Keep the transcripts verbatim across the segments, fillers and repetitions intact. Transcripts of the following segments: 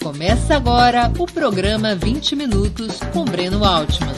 Começa agora o programa vinte Minutos com Breno Altman.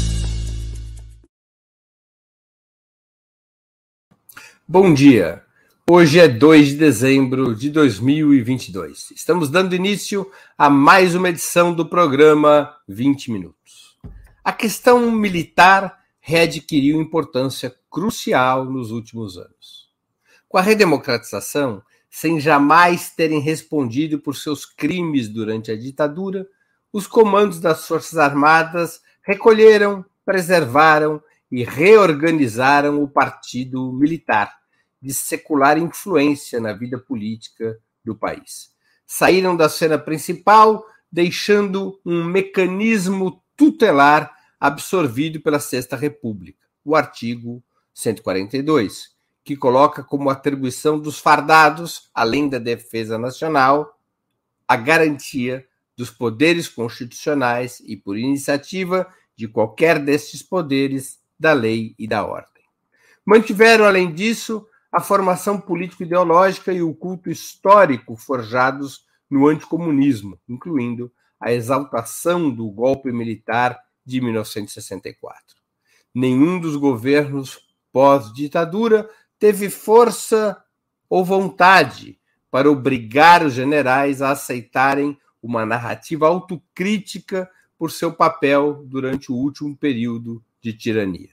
Bom dia! Hoje é dois de dezembro de dois mil e vinte e dois. Estamos dando início a mais uma edição do programa vinte Minutos. A questão militar readquiriu importância crucial nos últimos anos. Com a redemocratização, sem jamais terem respondido por seus crimes durante a ditadura, os comandos das Forças Armadas recolheram, preservaram e reorganizaram o partido militar, de secular influência na vida política do país. Saíram da cena principal, deixando um mecanismo tutelar absorvido pela Sexta República, o artigo cento e quarenta e dois, que coloca como atribuição dos fardados, além da defesa nacional, a garantia dos poderes constitucionais e, por iniciativa de qualquer destes poderes, da lei e da ordem. Mantiveram, além disso, a formação político-ideológica e o culto histórico forjados no anticomunismo, incluindo a exaltação do golpe militar de mil novecentos e sessenta e quatro. Nenhum dos governos pós-ditadura teve força ou vontade para obrigar os generais a aceitarem uma narrativa autocrítica por seu papel durante o último período de tirania.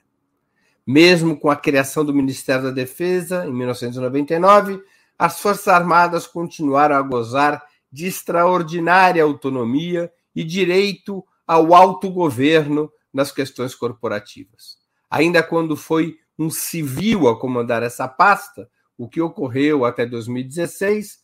Mesmo com a criação do Ministério da Defesa, em mil novecentos e noventa e nove, as Forças Armadas continuaram a gozar de extraordinária autonomia e direito ao autogoverno nas questões corporativas. Ainda quando foi um civil a comandar essa pasta, o que ocorreu até dois mil e dezesseis,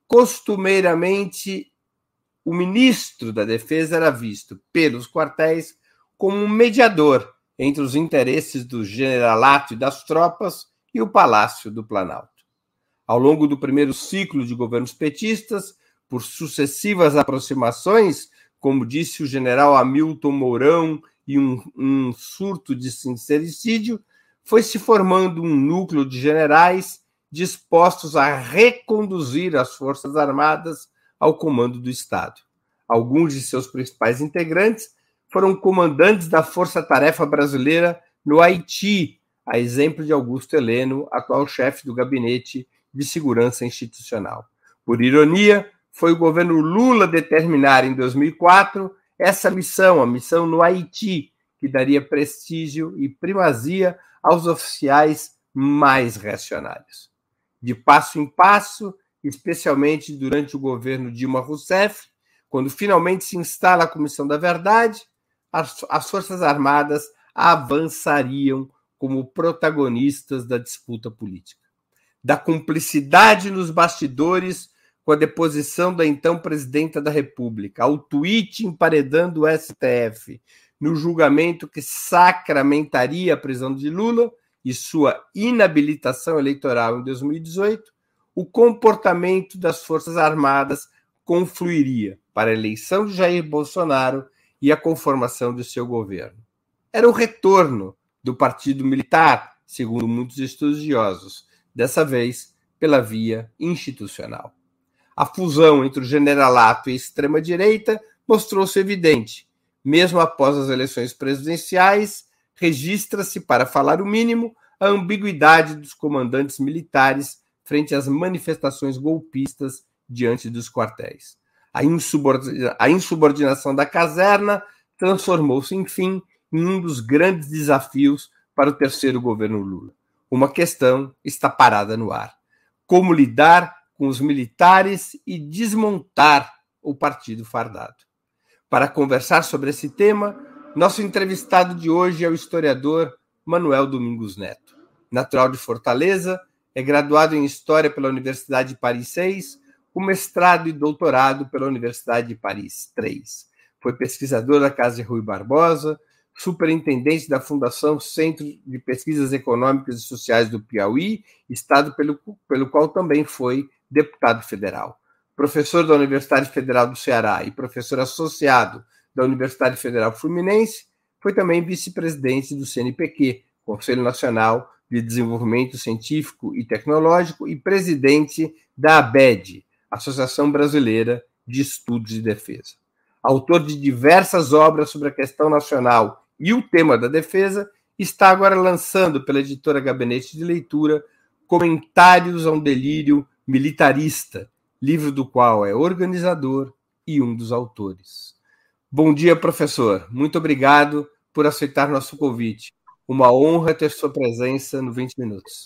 costumeiramente o ministro da Defesa era visto pelos quartéis como um mediador entre os interesses do generalato e das tropas e o Palácio do Planalto. Ao longo do primeiro ciclo de governos petistas, por sucessivas aproximações, como disse o general Hamilton Mourão, e um, um surto de sincericídio, foi se formando um núcleo de generais dispostos a reconduzir as Forças Armadas ao comando do Estado. Alguns de seus principais integrantes foram comandantes da Força-Tarefa Brasileira no Haiti, a exemplo de Augusto Heleno, atual chefe do Gabinete de Segurança Institucional. Por ironia, foi o governo Lula determinar em dois mil e quatro essa missão, a missão no Haiti, que daria prestígio e primazia aos oficiais mais reacionários. De passo em passo, especialmente durante o governo Dilma Rousseff, quando finalmente se instala a Comissão da Verdade, as, as Forças Armadas avançariam como protagonistas da disputa política. Da cumplicidade nos bastidores com a deposição da então presidenta da República, ao tweet emparedando o S T F no julgamento que sacramentaria a prisão de Lula e sua inabilitação eleitoral em dois mil e dezoito, o comportamento das Forças Armadas confluiria para a eleição de Jair Bolsonaro e a conformação de seu governo. Era o retorno do Partido Militar, segundo muitos estudiosos, dessa vez pela via institucional. A fusão entre o generalato e a extrema-direita mostrou-se evidente. Mesmo após as eleições presidenciais, registra-se, para falar o mínimo, a ambiguidade dos comandantes militares frente às manifestações golpistas diante dos quartéis. A, insubordina- a insubordinação da caserna transformou-se, enfim, em um dos grandes desafios para o terceiro governo Lula. Uma questão está parada no ar: como lidar com os militares e desmontar o partido fardado. Para conversar sobre esse tema, nosso entrevistado de hoje é o historiador Manuel Domingos Neto. Natural de Fortaleza, é graduado em História pela Universidade de Paris seis, com mestrado e doutorado pela Universidade de Paris três. Foi pesquisador da Casa de Rui Barbosa, superintendente da Fundação Centro de Pesquisas Econômicas e Sociais do Piauí, estado pelo, pelo qual também foi deputado federal. Professor da Universidade Federal do Ceará e professor associado da Universidade Federal Fluminense, foi também vice-presidente do C N P Q, Conselho Nacional de Desenvolvimento Científico e Tecnológico, e presidente da A B E D, Associação Brasileira de Estudos de Defesa. Autor de diversas obras sobre a questão nacional e o tema da defesa, está agora lançando pela editora Gabinete de Leitura Comentários a um Delírio Militarista, livro do qual é organizador e um dos autores. Bom dia, professor. Muito obrigado por aceitar nosso convite. Uma honra ter sua presença no vinte Minutos.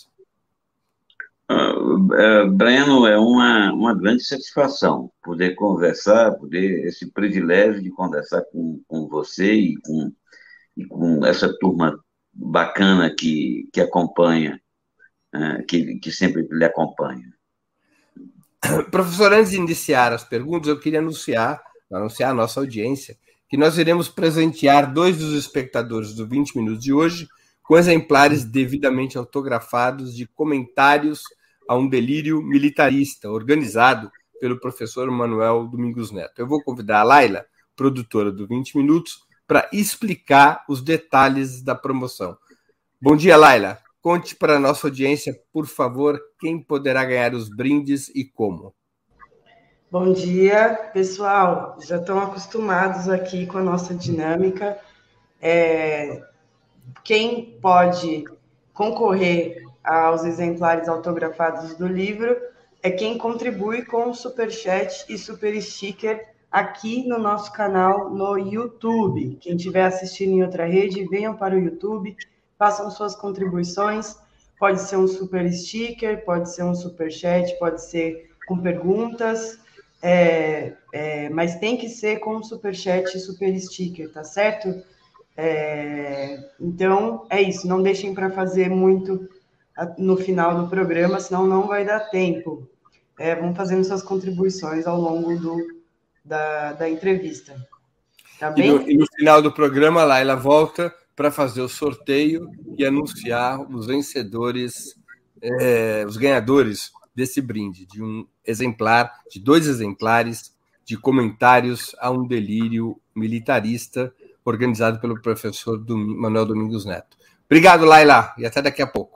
Uh, Breno, é uma, uma grande satisfação poder conversar, poder esse privilégio de conversar com, com você e com, e com essa turma bacana que, que acompanha, uh, que, que sempre lhe acompanha. Professor, antes de iniciar as perguntas, eu queria anunciar, anunciar à nossa audiência que nós iremos presentear dois dos espectadores do vinte Minutos de hoje com exemplares devidamente autografados de Comentários a um Delírio Militarista, organizado pelo professor Manuel Domingos Neto. Eu vou convidar a Laila, produtora do vinte Minutos, para explicar os detalhes da promoção. Bom dia, Laila. Conte para a nossa audiência, por favor, quem poderá ganhar os brindes e como. Bom dia, pessoal. Já estão acostumados aqui com a nossa dinâmica. É... Quem pode concorrer aos exemplares autografados do livro é quem contribui com o Superchat e Super Sticker aqui no nosso canal no YouTube. Quem estiver assistindo em outra rede, venham para o YouTube, façam suas contribuições. Pode ser um Super Sticker, pode ser um Superchat, pode ser com perguntas, é, é, mas tem que ser com Superchat e Super Sticker, tá certo? É, então, é isso. Não deixem para fazer muito no final do programa, senão não vai dar tempo. É, vão fazendo suas contribuições ao longo do, da, da entrevista. Tá bem? E no, e no final do programa, a Laila volta para fazer o sorteio e anunciar os vencedores, é, os ganhadores desse brinde, de um exemplar, de dois exemplares de Comentários a um Delírio Militarista, organizado pelo professor Manuel Domingos Neto. Obrigado, Laila, e até daqui a pouco.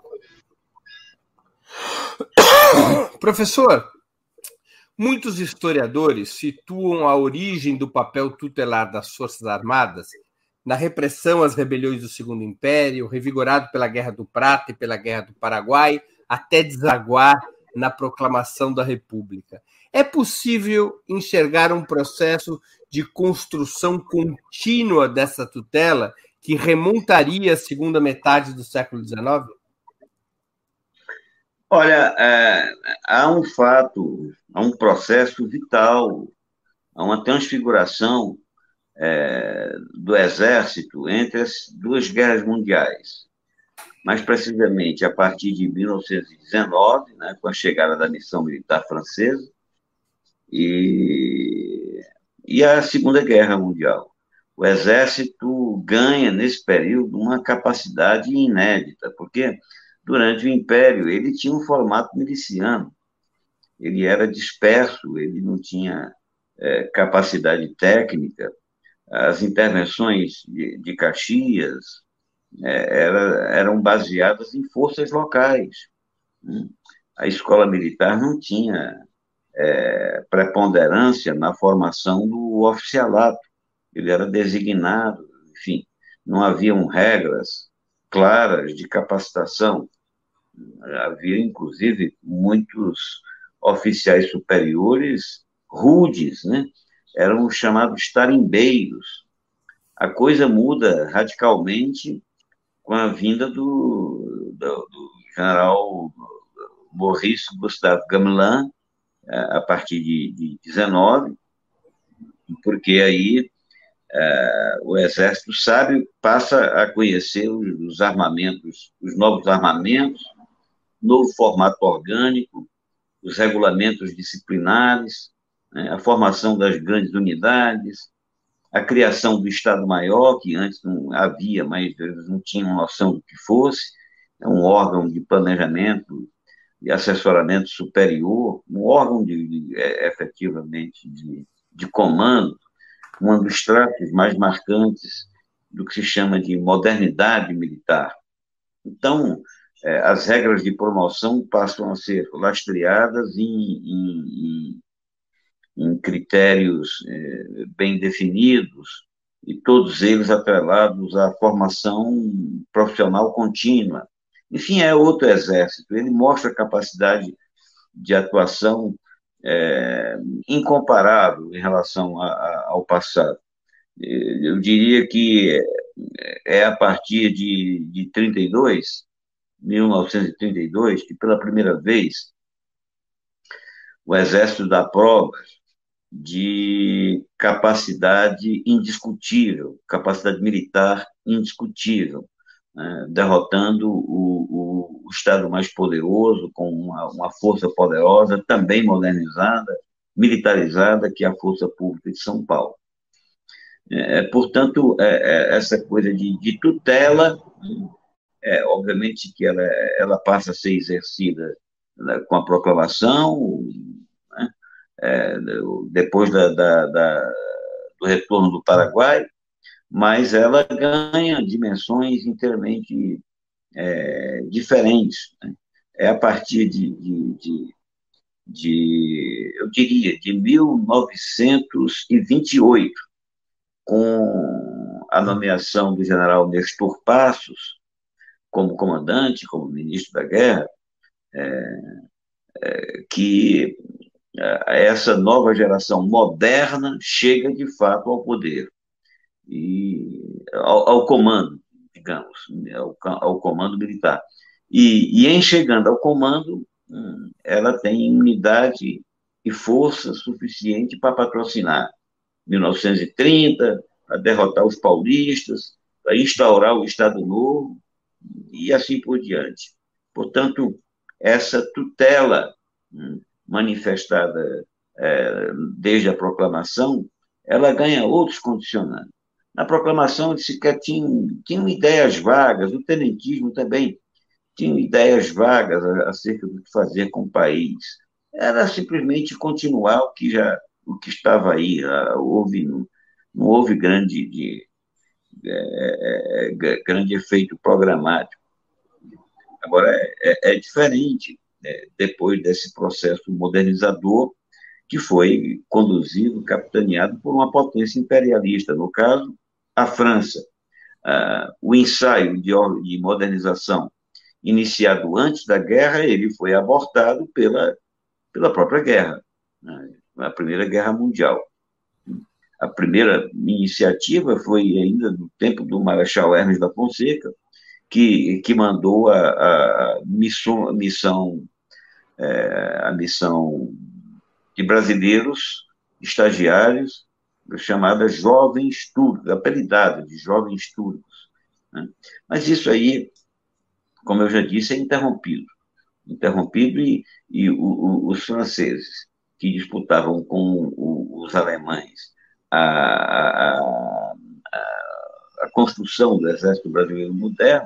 Professor, muitos historiadores situam a origem do papel tutelar das Forças Armadas na repressão às rebeliões do Segundo Império, revigorado pela Guerra do Prata e pela Guerra do Paraguai, até desaguar na proclamação da República. É possível enxergar um processo de construção contínua dessa tutela que remontaria à segunda metade do século dezenove? Olha, é, há um fato, há um processo vital, há uma transfiguração é, do Exército entre as duas guerras mundiais. Mais precisamente a partir de mil novecentos e dezenove, né, com a chegada da missão militar francesa, e, e a Segunda Guerra Mundial. O Exército ganha, nesse período, uma capacidade inédita, porque durante o Império ele tinha um formato miliciano, ele era disperso, ele não tinha é, capacidade técnica, as intervenções de, de Caxias é, era, eram baseadas em forças locais. A escola militar não tinha é, preponderância na formação do oficialato, ele era designado, enfim, não haviam regras claras de capacitação. Havia, inclusive, muitos oficiais superiores rudes, né? Eram os chamados tarimbeiros. A coisa muda radicalmente com a vinda do, do, do general Maurice Gustave Gamelin, a partir de, de dezenove, porque aí é, o Exército sabe, passa a conhecer os, os armamentos, os novos armamentos, novo formato orgânico, os regulamentos disciplinares, né, a formação das grandes unidades, a criação do Estado-Maior, que antes não havia, mas eles não tinham noção do que fosse, é um órgão de planejamento e assessoramento superior, um órgão de, de, é, efetivamente de, de comando, um dos traços mais marcantes do que se chama de modernidade militar. Então, é, as regras de promoção passam a ser lastreadas em, em, em critérios é, bem definidos, e todos eles atrelados à formação profissional contínua. Enfim, é outro exército, ele mostra capacidade de atuação é, incomparável em relação a, a, ao passado. Eu diria que é a partir de, de trinta e dois, mil novecentos e trinta e dois, que pela primeira vez o Exército dá provas de capacidade indiscutível, capacidade militar indiscutível, né, derrotando o, o, o Estado mais poderoso, com uma, uma força poderosa, também modernizada, militarizada, que é a Força Pública de São Paulo. É, portanto, é, é, essa coisa de, de tutela, é, obviamente que ela, ela passa a ser exercida, né, com a proclamação, né, é, depois da, da, da, do retorno do Paraguai, mas ela ganha dimensões inteiramente é, diferentes, né? É a partir de, de, de, de, eu diria, de mil novecentos e vinte e oito, com a nomeação do general Nestor Passos como comandante, como ministro da guerra, é, é, que essa nova geração moderna chega de fato ao poder e ao, ao comando, digamos, ao, ao comando militar. E, e em chegando ao comando, ela tem unidade e força suficiente para patrocinar mil novecentos e trinta, para derrotar os paulistas, para instaurar o Estado Novo e assim por diante. Portanto, essa tutela manifestada é, desde a proclamação, ela ganha outros condicionantes. Na proclamação, sequer tinham, tinham ideias vagas, o tenentismo também tinha ideias vagas acerca do que fazer com o país. Era simplesmente continuar o que já o que estava aí. Houve, não, não houve grande, de, é, é, grande efeito programático. Agora, é, é diferente, né, depois desse processo modernizador que foi conduzido, capitaneado por uma potência imperialista, no caso, a França. Ah, o ensaio de, de modernização iniciado antes da guerra, ele foi abortado pela, pela própria guerra, né, a Primeira Guerra Mundial. A primeira iniciativa foi ainda no tempo do Marechal Hermes da Fonseca, que, que mandou a, a missão, a missão, é, a missão de brasileiros estagiários, chamada Jovens Turcos, apelidada de Jovens Turcos, né? Mas isso aí, como eu já disse, é interrompido. Interrompido e, e o, o, os franceses, que disputavam com o, os alemães a, a, a, a construção do Exército Brasileiro moderno,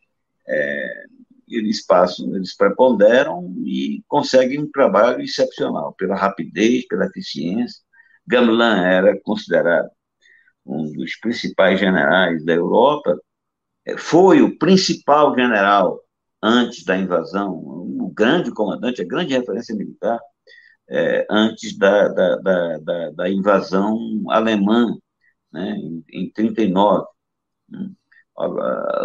é, eles passam, eles preponderam e conseguem um trabalho excepcional, pela rapidez, pela eficiência. Gamelin era considerado um dos principais generais da Europa, foi o principal general antes da invasão, o grande comandante, a grande referência militar, é, antes da, da, da, da, da invasão alemã, né, em, em trinta e nove. O, o,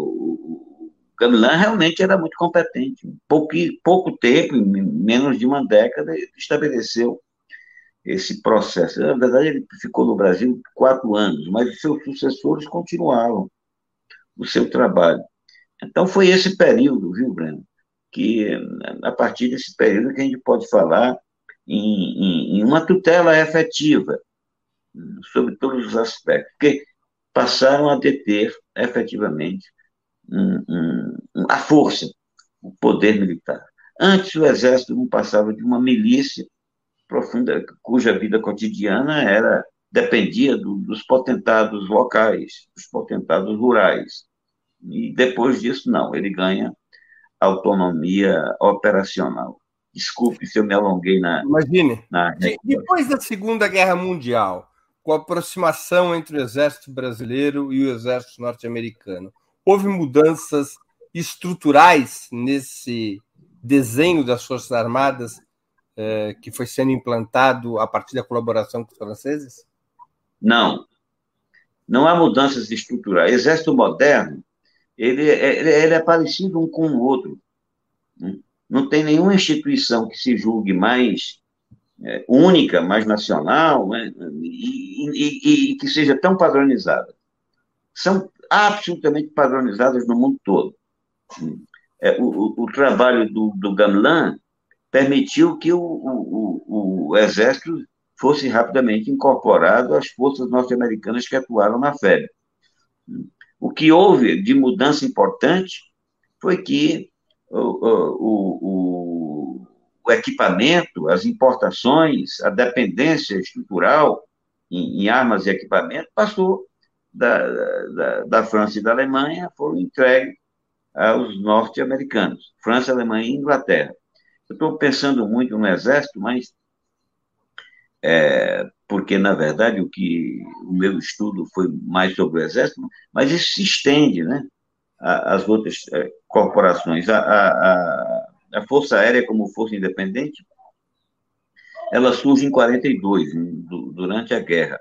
o Gamelin realmente era muito competente. Pouco, pouco tempo, em menos de uma década, ele estabeleceu esse processo. Na verdade, ele ficou no Brasil quatro anos, mas os seus sucessores continuavam o seu trabalho. Então, foi esse período, viu, Breno, que, a partir desse período, que a gente pode falar em, em, em uma tutela efetiva sobre todos os aspectos, porque passaram a deter, efetivamente, um, um, a força, o poder militar. Antes, o Exército não passava de uma milícia profunda, cuja vida cotidiana era, dependia do, dos potentados locais, dos potentados rurais. E depois disso, não, ele ganha autonomia operacional. Desculpe se eu me alonguei na... Imagine, na... de, depois da Segunda Guerra Mundial, com a aproximação entre o Exército Brasileiro e o Exército Norte-Americano, houve mudanças estruturais nesse desenho das Forças Armadas eh, que foi sendo implantado a partir da colaboração com os franceses? Não. Não há mudanças estruturais. O exército moderno, ele é, ele é parecido um com o outro. Não tem nenhuma instituição que se julgue mais é, única, mais nacional, né? e, e, e que seja tão padronizada. São absolutamente padronizadas no mundo todo. É, o, o, o trabalho do, do Gamelin permitiu que o, o, o exército fosse rapidamente incorporado às forças norte-americanas que atuaram na F E B. O que houve de mudança importante foi que o, o, o, o equipamento, as importações, a dependência estrutural em, em armas e equipamento passou da, da, da França e da Alemanha, foram entregues aos norte-americanos, França, Alemanha e Inglaterra. Eu estou pensando muito no Exército, mas é, porque, na verdade, o que o meu estudo foi mais sobre o Exército, mas isso se estende, né, às outras é, corporações. A, a, a Força Aérea, como força independente, ela surge em quarenta e dois, durante a guerra.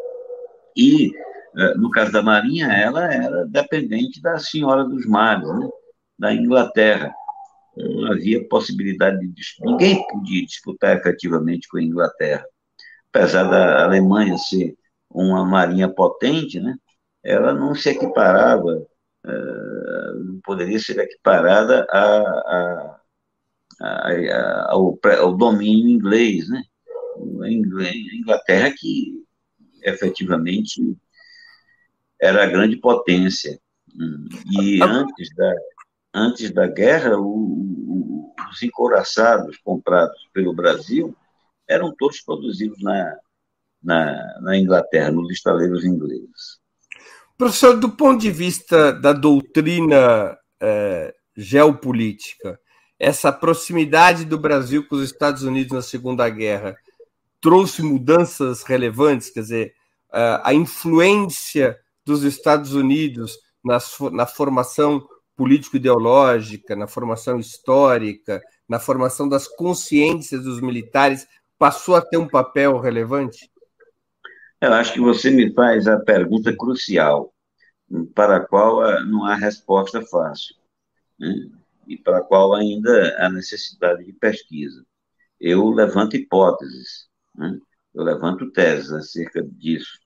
E, no caso da Marinha, ela era dependente da Senhora dos Mares, né, da Inglaterra. Não havia possibilidade de disputar. Ninguém podia disputar efetivamente com a Inglaterra. Apesar da Alemanha ser uma marinha potente, né, ela não se equiparava, não poderia ser equiparada a, a, a, a, ao, ao domínio inglês, né? A Inglaterra que efetivamente era a grande potência. E antes da Antes da guerra, o, o, os encouraçados comprados pelo Brasil eram todos produzidos na, na, na Inglaterra, nos estaleiros ingleses. Professor, do ponto de vista da doutrina eh, geopolítica, essa proximidade do Brasil com os Estados Unidos na Segunda Guerra trouxe mudanças relevantes? Quer dizer, a influência dos Estados Unidos nas, na formação político-ideológica, na formação histórica, na formação das consciências dos militares, passou a ter um papel relevante? Eu acho que você me faz a pergunta crucial, para a qual não há resposta fácil, né? E para a qual ainda há necessidade de pesquisa. Eu levanto hipóteses, né? Eu levanto teses acerca disso.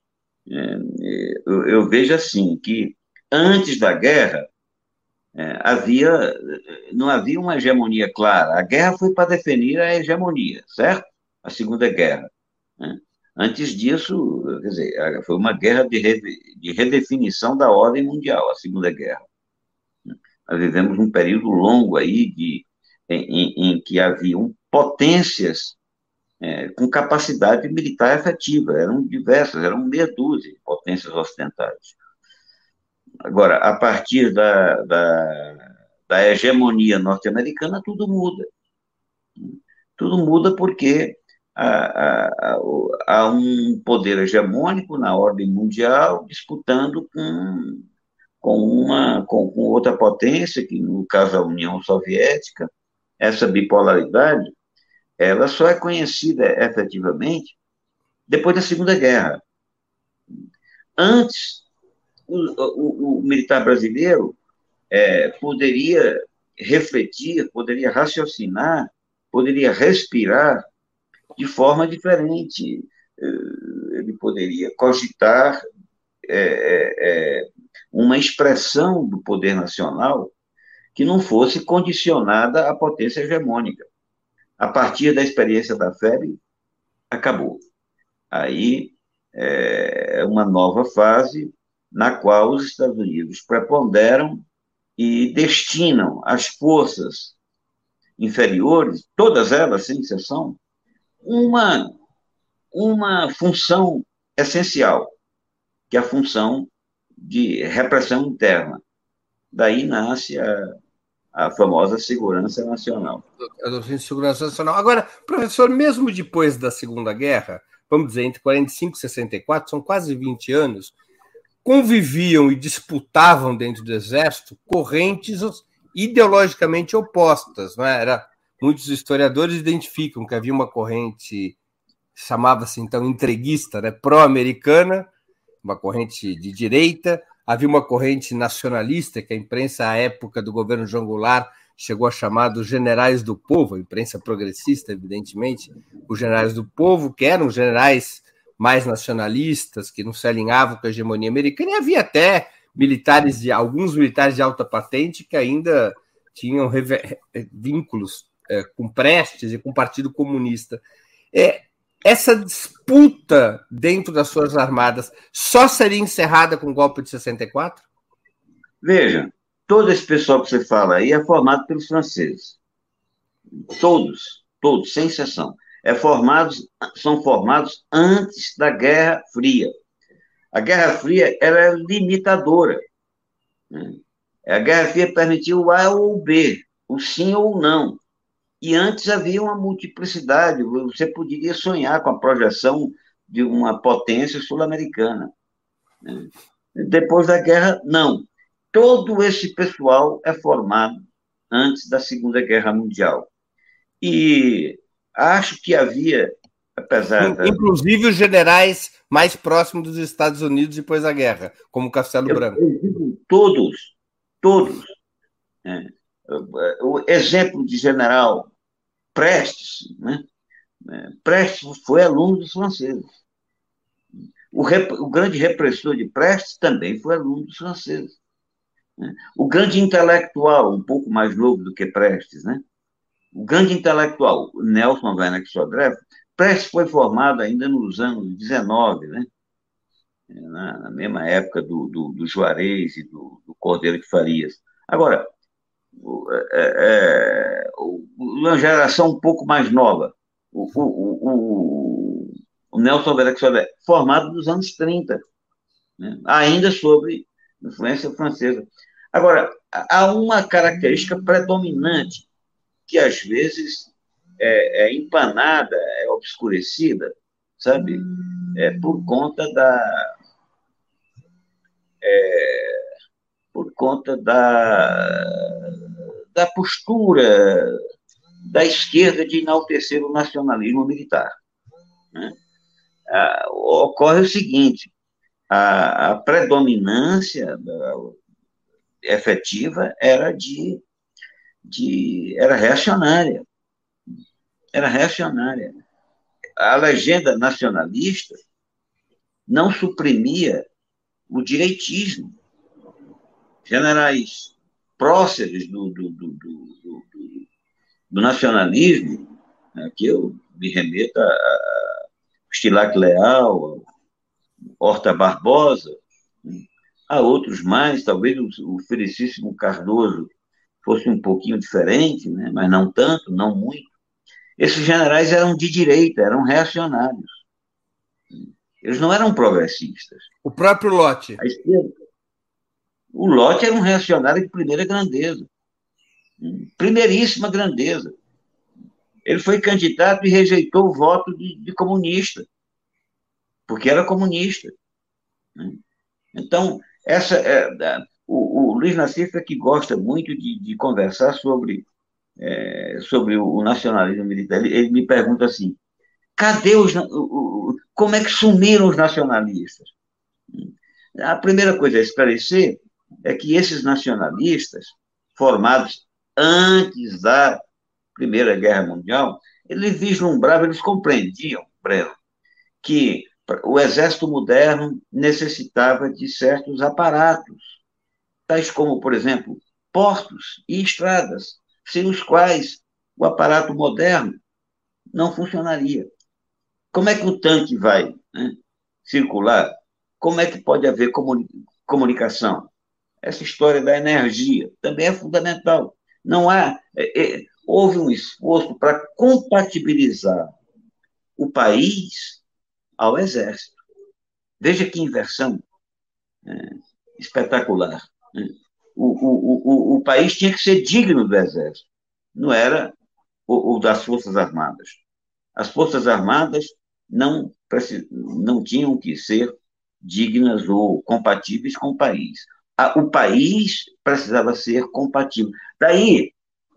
Eu, eu vejo assim, que antes da guerra, É, havia, não havia uma hegemonia clara. A guerra foi para definir a hegemonia, certo? A Segunda Guerra, né? Antes disso, quer dizer, foi uma guerra de, re, de redefinição da ordem mundial, a Segunda Guerra. Nós vivemos um período longo aí de, em, em que haviam potências é, com capacidade militar efetiva. Eram diversas, eram meia dúzia de potências ocidentais. Agora, a partir da, da, da hegemonia norte-americana, tudo muda. Tudo muda porque há, há, há um poder hegemônico na ordem mundial disputando com, com, uma, com, com outra potência, que no caso a União Soviética. Essa bipolaridade, ela só é conhecida efetivamente depois da Segunda Guerra. Antes, O, o, o militar brasileiro é, poderia refletir, poderia raciocinar, poderia respirar de forma diferente. Ele poderia cogitar é, é, uma expressão do poder nacional que não fosse condicionada à potência hegemônica. A partir da experiência da F E B, acabou. Aí é uma nova fase na qual os Estados Unidos preponderam e destinam as forças inferiores, todas elas, sem exceção, uma, uma função essencial, que é a função de repressão interna. Daí nasce a, a famosa segurança nacional. A doutrina de segurança nacional. Agora, professor, mesmo depois da Segunda Guerra, vamos dizer, entre quarenta e cinco e sessenta e quatro, são quase vinte anos, conviviam e disputavam dentro do Exército correntes ideologicamente opostas. Não é? Era, muitos historiadores identificam que havia uma corrente, chamava-se então entreguista, né, pró-americana, uma corrente de direita, havia uma corrente nacionalista, que a imprensa, à época do governo João Goulart, chegou a chamar dos generais do povo, a imprensa progressista, evidentemente, os generais do povo, que eram generais mais nacionalistas, que não se alinhavam com a hegemonia americana, e havia até militares de alguns militares de alta patente que ainda tinham vínculos é, com Prestes e com o Partido Comunista. É, essa disputa dentro das Forças Armadas só seria encerrada com o golpe de sessenta e quatro? Veja, todo esse pessoal que você fala aí é formado pelos franceses. Todos, todos, sem exceção. É formados, são formados antes da Guerra Fria. A Guerra Fria era limitadora. Né? A Guerra Fria permitia o A ou o B, o sim ou o não. E antes havia uma multiplicidade, você poderia sonhar com a projeção de uma potência sul-americana. Né? Depois da guerra, não. Todo esse pessoal é formado antes da Segunda Guerra Mundial. E acho que havia, apesar da... Inclusive os generais mais próximos dos Estados Unidos depois da guerra, como Castelo eu, Branco. Eu digo todos, todos. É. O exemplo de general Prestes, né? Prestes foi aluno dos franceses. O, rep, o grande repressor de Prestes também foi aluno dos franceses. Né? O grande intelectual, um pouco mais novo do que Prestes, né? O grande intelectual, Nelson Werner Sodré, Prestes foi formado ainda nos anos dezenove, né? Na, na mesma época do, do, do Juarez e do, do Cordeiro de Farias. Agora, é, é, uma geração um pouco mais nova, o, o, o, o Nelson Werner Sodré, formado nos anos trinta, né? Ainda sob influência francesa. Agora, há uma característica predominante que às vezes é, é empanada, é obscurecida, sabe? É, por conta da é, por conta da, da postura da esquerda de enaltecer o nacionalismo militar. Né? Ah, ocorre o seguinte, a, a predominância da, efetiva era de, de era reacionária, era reacionária. A legenda nacionalista não suprimia o direitismo. Generais próceres do, do, do, do, do, do nacionalismo, né, que eu me remeto a Estilac Leal, Horta Barbosa, né, a outros mais, talvez o, o Felicíssimo Cardoso fosse um pouquinho diferente, né, mas não tanto, não muito. Esses generais eram de direita, eram reacionários. Eles não eram progressistas. O próprio Lott. A esquerda. O Lott era um reacionário de primeira grandeza. Primeiríssima grandeza. Ele foi candidato e rejeitou o voto de, de comunista, porque era comunista. Então, essa é, o, o Luiz Nassif é que gosta muito de, de conversar sobre, é, sobre o nacionalismo militar. Ele, ele me pergunta assim, cadê os... O, como é que sumiram os nacionalistas? A primeira coisa a esclarecer é que esses nacionalistas, formados antes da Primeira Guerra Mundial, eles vislumbravam, eles compreendiam, Breno, que o exército moderno necessitava de certos aparatos, tais como, por exemplo, portos e estradas, sem os quais o aparato moderno não funcionaria. Como é que o tanque vai, né, circular? Como é que pode haver comunicação? Essa história da energia também é fundamental. Não há... É, é, houve um esforço para compatibilizar o país ao exército. Veja que inversão, é, espetacular. Né? O, o, o, o país tinha que ser digno do exército, não era o, o das Forças Armadas. As Forças Armadas não, não tinham que ser dignas ou compatíveis com o país. O país precisava ser compatível. Daí,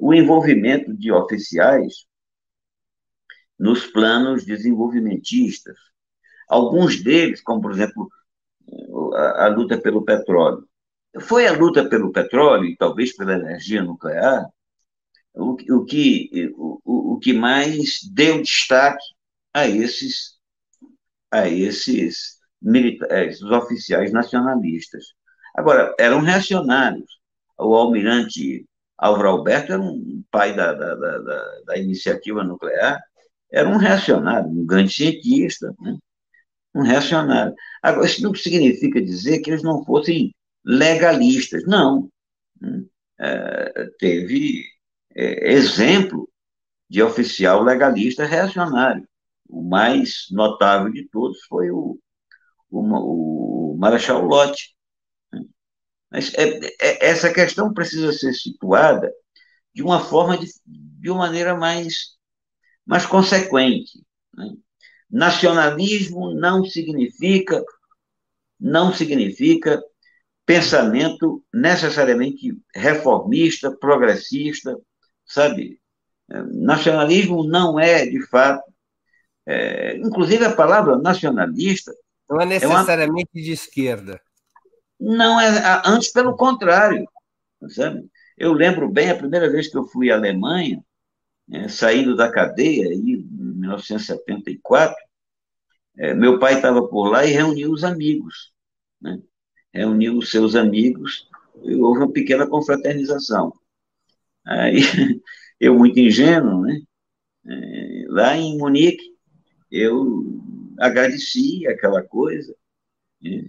o envolvimento de oficiais nos planos desenvolvimentistas. Alguns deles, como, por exemplo, a, a luta pelo petróleo. Foi a luta pelo petróleo, e talvez pela energia nuclear, o, o, que, o, o que mais deu destaque a esses, a esses, militares, esses oficiais nacionalistas. Agora, eram reacionários. O almirante Álvaro Alberto era um pai da, da, da, da iniciativa nuclear, era um reacionário, um grande cientista, né? Um reacionário. Agora, isso não significa dizer que eles não fossem legalistas, não. É, teve é, exemplo de oficial legalista reacionário. O mais notável de todos foi o, o, o Marechal Lott. Mas é, é, essa questão precisa ser situada de uma forma, de, de uma maneira mais, mais consequente, né? Nacionalismo não significa, não significa pensamento necessariamente reformista, progressista, sabe? Nacionalismo não é, de fato, é, inclusive a palavra nacionalista... Não é necessariamente é uma, de esquerda. Não é, antes pelo contrário, sabe? Eu lembro bem a primeira vez que eu fui à Alemanha, né, saindo da cadeia, aí, em mil novecentos e setenta e quatro, é, meu pai estava por lá e reuniu os amigos, né? Reuniu os seus amigos e houve uma pequena confraternização. Aí, eu, muito ingênuo, né? É, lá em Munique, eu agradeci aquela coisa, né?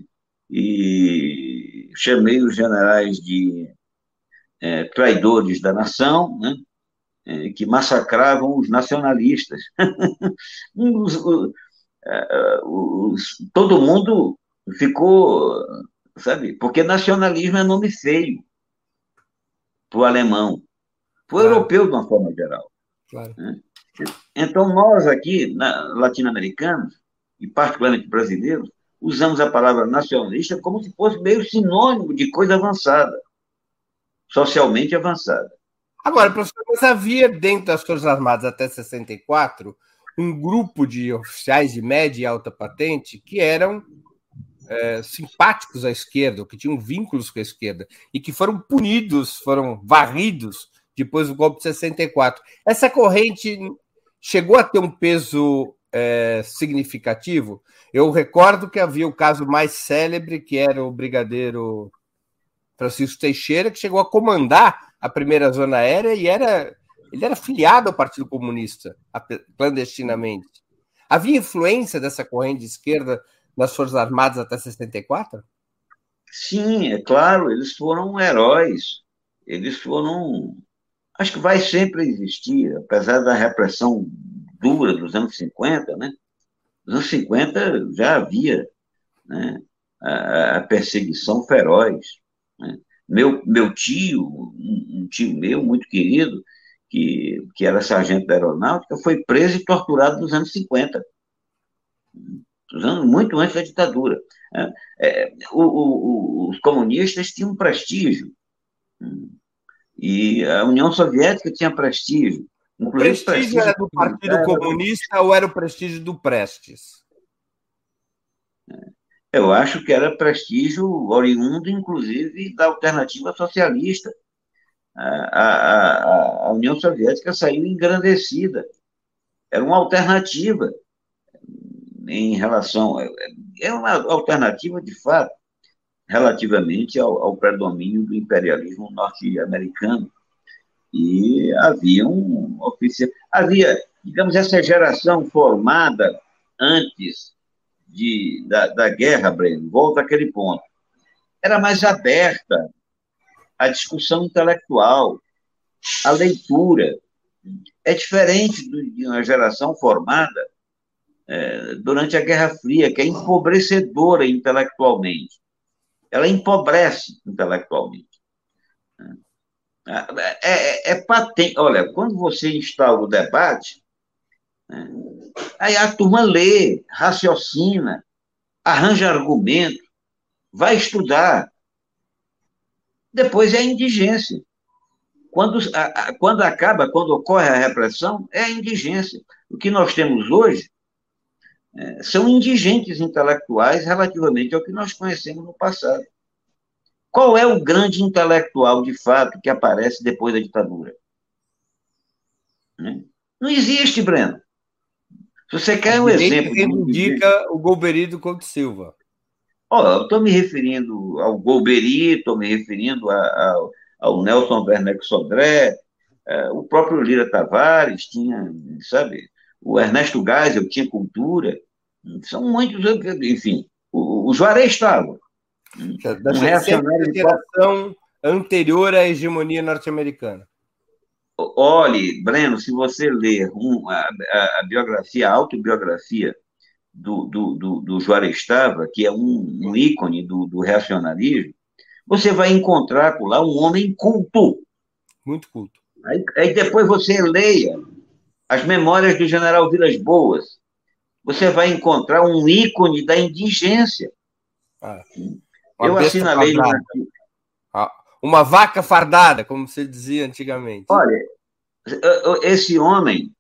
E chamei os generais de é, traidores da nação, né? É, que massacravam os nacionalistas. os, os, os, todo mundo ficou, sabe? Porque nacionalismo é nome feio para o alemão, para o claro. Europeu, de uma forma geral. Claro. Né? Então, nós aqui, latino-americanos, e particularmente brasileiros, usamos a palavra nacionalista como se fosse meio sinônimo de coisa avançada, socialmente avançada. Agora, professor, mas havia dentro das Forças Armadas até sessenta e quatro um grupo de oficiais de média e alta patente que eram é, simpáticos à esquerda, que tinham vínculos com a esquerda, e que foram punidos, foram varridos depois do golpe de sessenta e quatro. Essa corrente chegou a ter um peso é, significativo? Eu recordo que havia o caso mais célebre, que era o brigadeiro Francisco Teixeira, que chegou a comandar a primeira zona aérea e era, ele era filiado ao Partido Comunista, clandestinamente. Havia influência dessa corrente de esquerda nas Forças Armadas até sessenta e quatro? Sim, é claro, eles foram heróis, eles foram... Acho que vai sempre existir, apesar da repressão dura dos anos cinquenta, né? Nos anos cinquenta já havia, né, a, a perseguição feroz, né? Meu, meu tio, um, um tio meu muito querido, que, que era sargento da aeronáutica, foi preso e torturado nos anos cinquenta, nos anos, muito antes da ditadura. É, é, o, o, os comunistas tinham prestígio, e a União Soviética tinha prestígio. O prestígio, prestígio era do Partido era... Comunista ou era o prestígio do Prestes? Eu acho que era prestígio oriundo, inclusive, da alternativa socialista. A, a, a União Soviética saiu engrandecida. Era uma alternativa em relação... É uma alternativa, de fato, relativamente ao, ao predomínio do imperialismo norte-americano. E havia um oficial... Havia, digamos, essa geração formada antes de, da, da guerra, Breno, volta àquele ponto, era mais aberta à discussão intelectual, à leitura. É diferente de uma geração formada é, durante a Guerra Fria, que é empobrecedora intelectualmente. Ela empobrece intelectualmente. É, é, é patente. Olha, quando você instala o debate, né, aí a turma lê, raciocina, arranja argumento, vai estudar. Depois é a indigência. Quando, a, a, quando acaba, quando ocorre a repressão, é a indigência. O que nós temos hoje é, são indigentes intelectuais relativamente ao que nós conhecemos no passado. Qual é o grande intelectual, de fato, que aparece depois da ditadura? Não existe, Breno. Se você quer um exemplo... reivindica o Golbery Couto Silva. Oh, eu estou me referindo ao Golbery, estou me referindo a, a, ao Nelson Werneck Sodré, é, o próprio Lira Tavares tinha, sabe, o Ernesto Geisel tinha cultura, são muitos, enfim, o, o Juarez estava. Da um reacionário de geração anterior à hegemonia norte-americana. Olhe, Breno, se você ler um, a, a, a biografia, a autobiografia do, do, do, do Juarez Estava, que é um, um ícone do, do reacionarismo, você vai encontrar por lá um homem culto. Muito culto. Aí, aí depois você leia as memórias do general Vilas Boas, você vai encontrar um ícone da indigência. Ah, eu assinalei... Uma... uma vaca fardada, como se dizia antigamente. Olha, esse homem...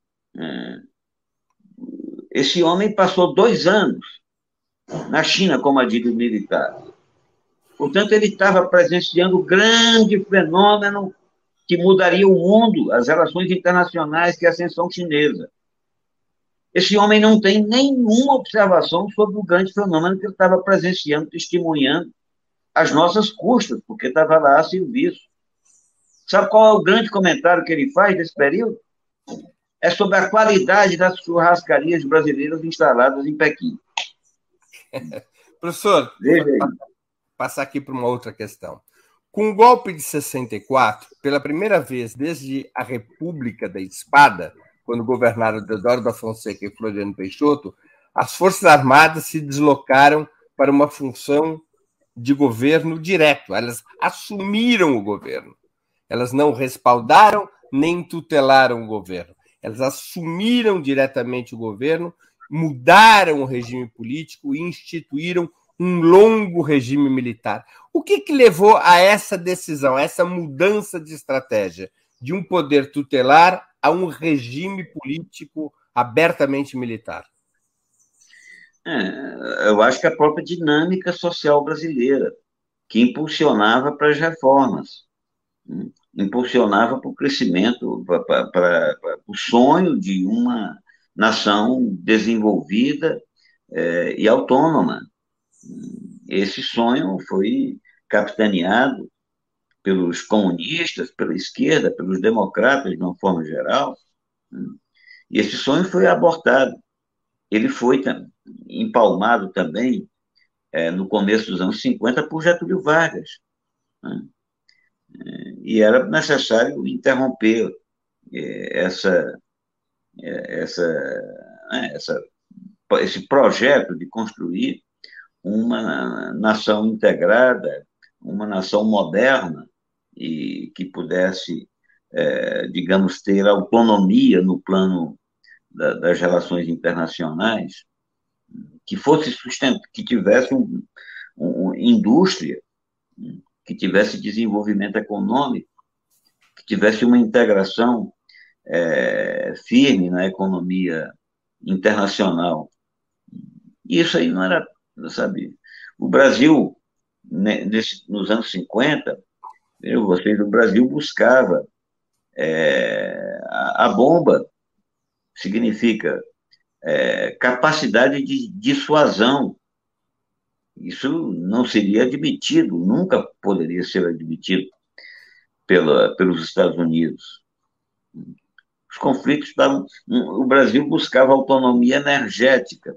Esse homem passou dois anos na China como adido militar. Portanto, ele estava presenciando um grande fenômeno que mudaria o mundo, as relações internacionais, que é a ascensão chinesa. Esse homem não tem nenhuma observação sobre o grande fenômeno que ele estava presenciando, testemunhando, às nossas custas, porque estava lá a serviço. Sabe qual é o grande comentário que ele faz desse período? É sobre a qualidade das churrascarias brasileiras instaladas em Pequim. Professor, passar aqui para uma outra questão. Com o golpe de sessenta e quatro, pela primeira vez desde a República da Espada, quando governaram Deodoro da Fonseca e Floriano Peixoto, as Forças Armadas se deslocaram para uma função de governo direto. Elas assumiram o governo. Elas não respaldaram nem tutelaram o governo. Elas assumiram diretamente o governo, mudaram o regime político e instituíram um longo regime militar. O que, que levou a essa decisão, a essa mudança de estratégia de um poder tutelar a um regime político abertamente militar? É, eu acho que a própria dinâmica social brasileira, que impulsionava para as reformas, né? Impulsionava para o crescimento, para, para, para, para o sonho de uma nação desenvolvida é, e autônoma. Esse sonho foi capitaneado pelos comunistas, pela esquerda, pelos democratas, de uma forma geral, né? E esse sonho foi abortado. Ele foi empalmado também, é, no começo dos anos cinquenta, por Getúlio Vargas, né? E era necessário interromper essa, essa, essa, esse projeto de construir uma nação integrada, uma nação moderna e que pudesse, é, digamos, ter autonomia no plano da, das relações internacionais, que fosse sustento, que tivesse um, um, indústria, que tivesse desenvolvimento econômico, que tivesse uma integração é, firme na economia internacional. E isso aí não era, sabe, o Brasil, né, nesse, nos anos cinquenta, eu, vocês, o Brasil buscava é, a, a bomba, significa é, capacidade de dissuasão. Isso não seria admitido, nunca poderia ser admitido pela, pelos Estados Unidos. Os conflitos estavam... O Brasil buscava autonomia energética.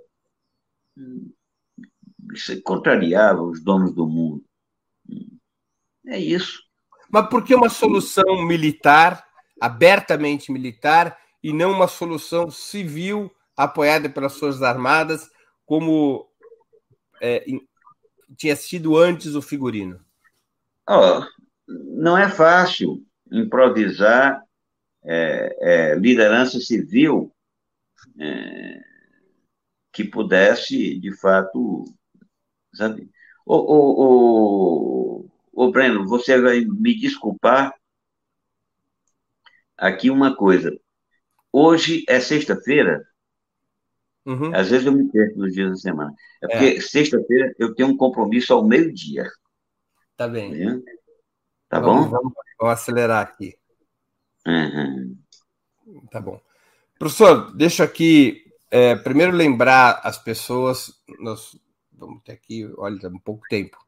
Isso contrariava os donos do mundo. É isso. Mas por que uma solução militar, abertamente militar, e não uma solução civil apoiada pelas Forças Armadas, como é, tinha sido antes o figurino? Oh, não é fácil improvisar é, é, liderança civil é, que pudesse, de fato, sabe? Ô, ô, ô, ô, Breno, você vai me desculpar, aqui uma coisa. Hoje é sexta-feira, Uhum. às vezes eu me perco nos dias da semana. É É, porque sexta-feira eu tenho um compromisso ao meio-dia. tá Tá bem. vendo? Tá Vamos, bom? vamos, vamos acelerar aqui. Uhum. Tá bom. Professor, deixa aqui, é, primeiro lembrar as pessoas, nós vamos ter aqui, olha, tá um pouco tempo.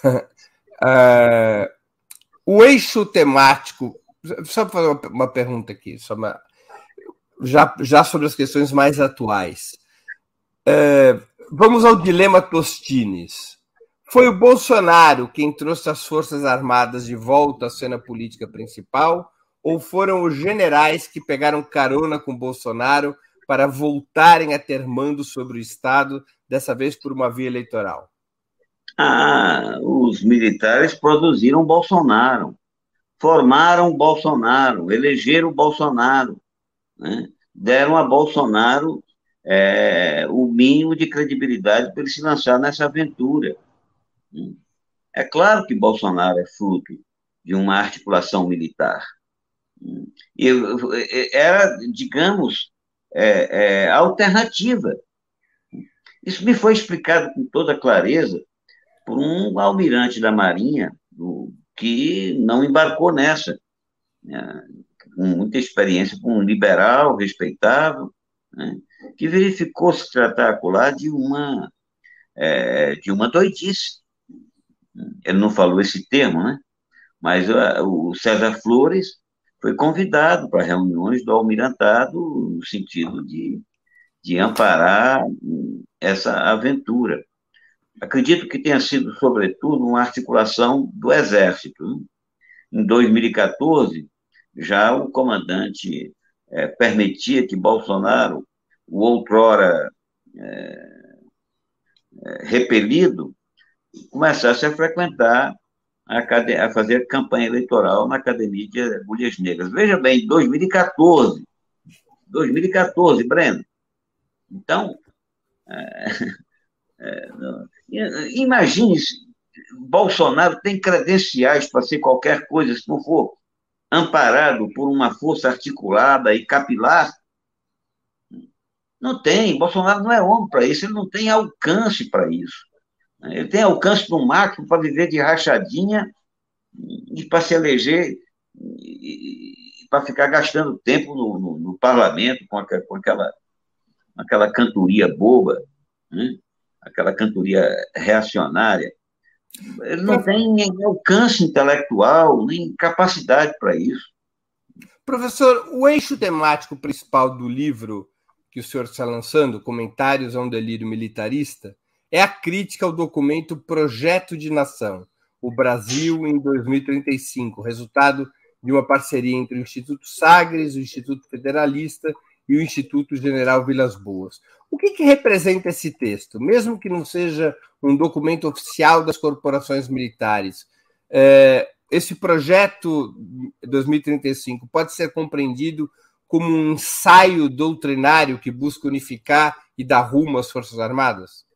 É, o eixo temático, só fazer uma, uma pergunta aqui, só uma, já, já sobre as questões mais atuais. É, vamos ao dilema Tostines. Foi o Bolsonaro quem trouxe as Forças Armadas de volta à cena política principal, ou foram os generais que pegaram carona com Bolsonaro para voltarem a ter mando sobre o Estado, dessa vez por uma via eleitoral? Ah, os militares produziram Bolsonaro, formaram Bolsonaro, elegeram Bolsonaro, né? Deram a Bolsonaro é, o mínimo de credibilidade para ele se lançar nessa aventura. É claro que Bolsonaro é fruto de uma articulação militar. E era, digamos, é, é, alternativa. Isso me foi explicado com toda clareza por um almirante da Marinha que não embarcou nessa, né, com muita experiência, com um liberal respeitável, né, que verificou se tratar lá de uma, é, de uma doidice. Ele não falou esse termo, né? Mas uh, o César Flores foi convidado para reuniões do almirantado no sentido de, de amparar essa aventura. Acredito que tenha sido, sobretudo, uma articulação do Exército. Né? Em dois mil e quatorze, já o comandante é, permitia que Bolsonaro, o outrora é, é, repelido, começasse a frequentar a, a fazer campanha eleitoral na Academia de Agulhas Negras. Veja bem, dois mil e quatorze. dois mil e quatorze, Breno. Então, é, é, imagine se Bolsonaro tem credenciais para ser qualquer coisa, se não for amparado por uma força articulada e capilar. Não tem. Bolsonaro não é homem para isso, ele não tem alcance para isso. Ele tem alcance no máximo para viver de rachadinha e para se eleger e para ficar gastando tempo no, no, no parlamento com, a, com aquela, aquela cantoria boba, né? Aquela cantoria reacionária. Ele não tem nem alcance intelectual, nem capacidade para isso. Professor, o eixo temático principal do livro que o senhor está lançando, Comentários a um Delírio Militarista, é a crítica ao documento Projeto de Nação, o Brasil em dois mil e trinta e cinco, resultado de uma parceria entre o Instituto Sagres, o Instituto Federalista e o Instituto General Vilas Boas. O que, que representa esse texto? Mesmo que não seja um documento oficial das corporações militares, é, esse projeto dois mil e trinta e cinco pode ser compreendido como um ensaio doutrinário que busca unificar e dar rumo às Forças Armadas?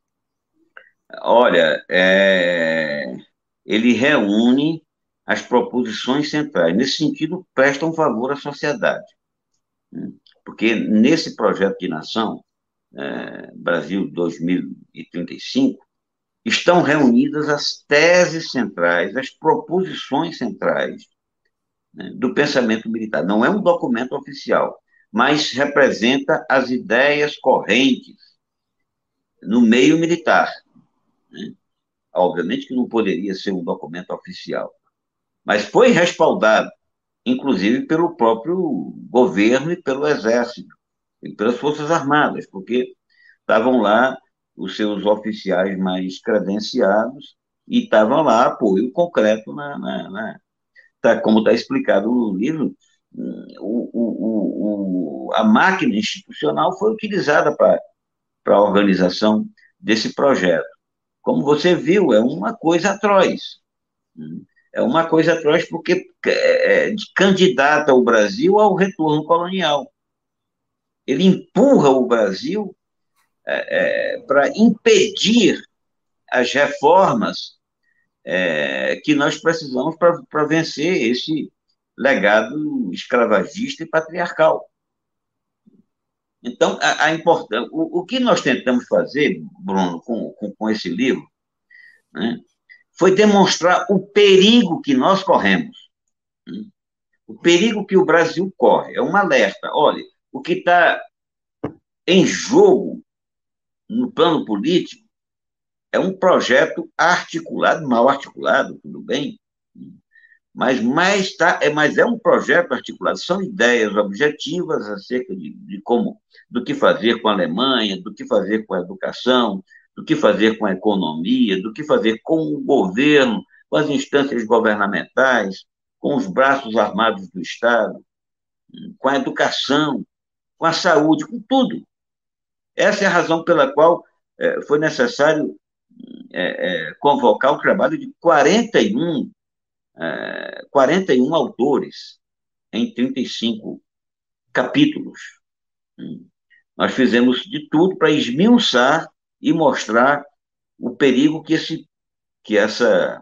Olha, é... ele reúne as proposições centrais. Nesse sentido, presta um valor à sociedade. Né? Porque nesse projeto de nação, é, Brasil dois mil e trinta e cinco, estão reunidas as teses centrais, as proposições centrais, né, do pensamento militar. Não é um documento oficial, mas representa as ideias correntes no meio militar. Né? Obviamente que não poderia ser um documento oficial, mas foi respaldado, inclusive pelo próprio governo e pelo Exército, e pelas Forças Armadas, porque estavam lá os seus oficiais mais credenciados e estavam lá apoio concreto na, na, na tá, como está explicado no livro, o, o, o, a máquina institucional foi utilizada para a organização desse projeto. Como você viu, é uma coisa atroz. É uma coisa atroz porque é, candidata o Brasil ao retorno colonial. Ele empurra o Brasil é, é, para impedir as reformas é, que nós precisamos para vencer esse, legado escravagista e patriarcal. Então, a, a importância, o, o que nós tentamos fazer, Bruno, com, com, com esse livro, né, foi demonstrar o perigo que nós corremos, né, o perigo que o Brasil corre. É um alerta. Olha, o que está em jogo no plano político é um projeto articulado, mal articulado, tudo bem, mas, mais tá, é, mas é um projeto articulado, são ideias objetivas acerca de, de como, do que fazer com a Alemanha, do que fazer com a educação, do que fazer com a economia, do que fazer com o governo, com as instâncias governamentais, com os braços armados do Estado, com a educação, com a saúde, com tudo. Essa é a razão pela qual é, foi necessário é, é, convocar o trabalho de quarenta e um, é, quarenta e um autores em trinta e cinco capítulos. Nós fizemos de tudo para esmiuçar e mostrar o perigo que esse, que essa,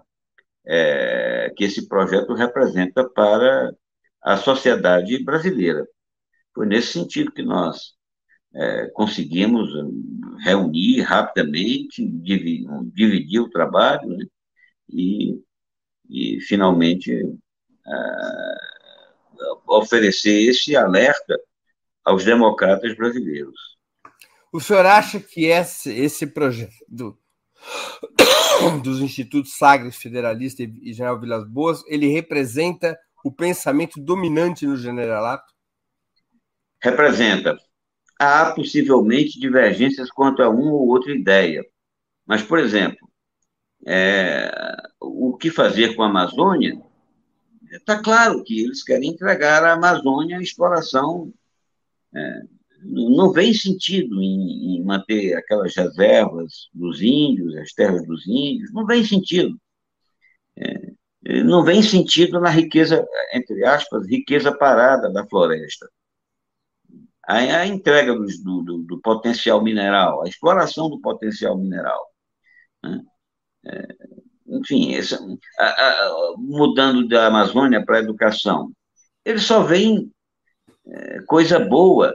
é, que esse projeto representa para a sociedade brasileira. Foi nesse sentido que nós é, conseguimos reunir rapidamente, dividir, dividir o trabalho, né, e, e, finalmente, é, oferecer esse alerta aos democratas brasileiros. O senhor acha que esse, esse projeto do, dos Institutos Sagres, Federalista e General Vilas Boas, ele representa o pensamento dominante no generalato? Representa. Há possivelmente divergências quanto a uma ou outra ideia. Mas, por exemplo, é, o que fazer com a Amazônia, está claro que eles querem entregar a Amazônia à exploração. É, não vem sentido em, em manter aquelas reservas dos índios, as terras dos índios, não vem sentido. É, não vem sentido na riqueza, entre aspas, riqueza parada da floresta. A, a entrega do, do, do potencial mineral, a exploração do potencial mineral. Né? É, enfim, essa, a, a, mudando da Amazônia para a educação, eles só veem é, coisa boa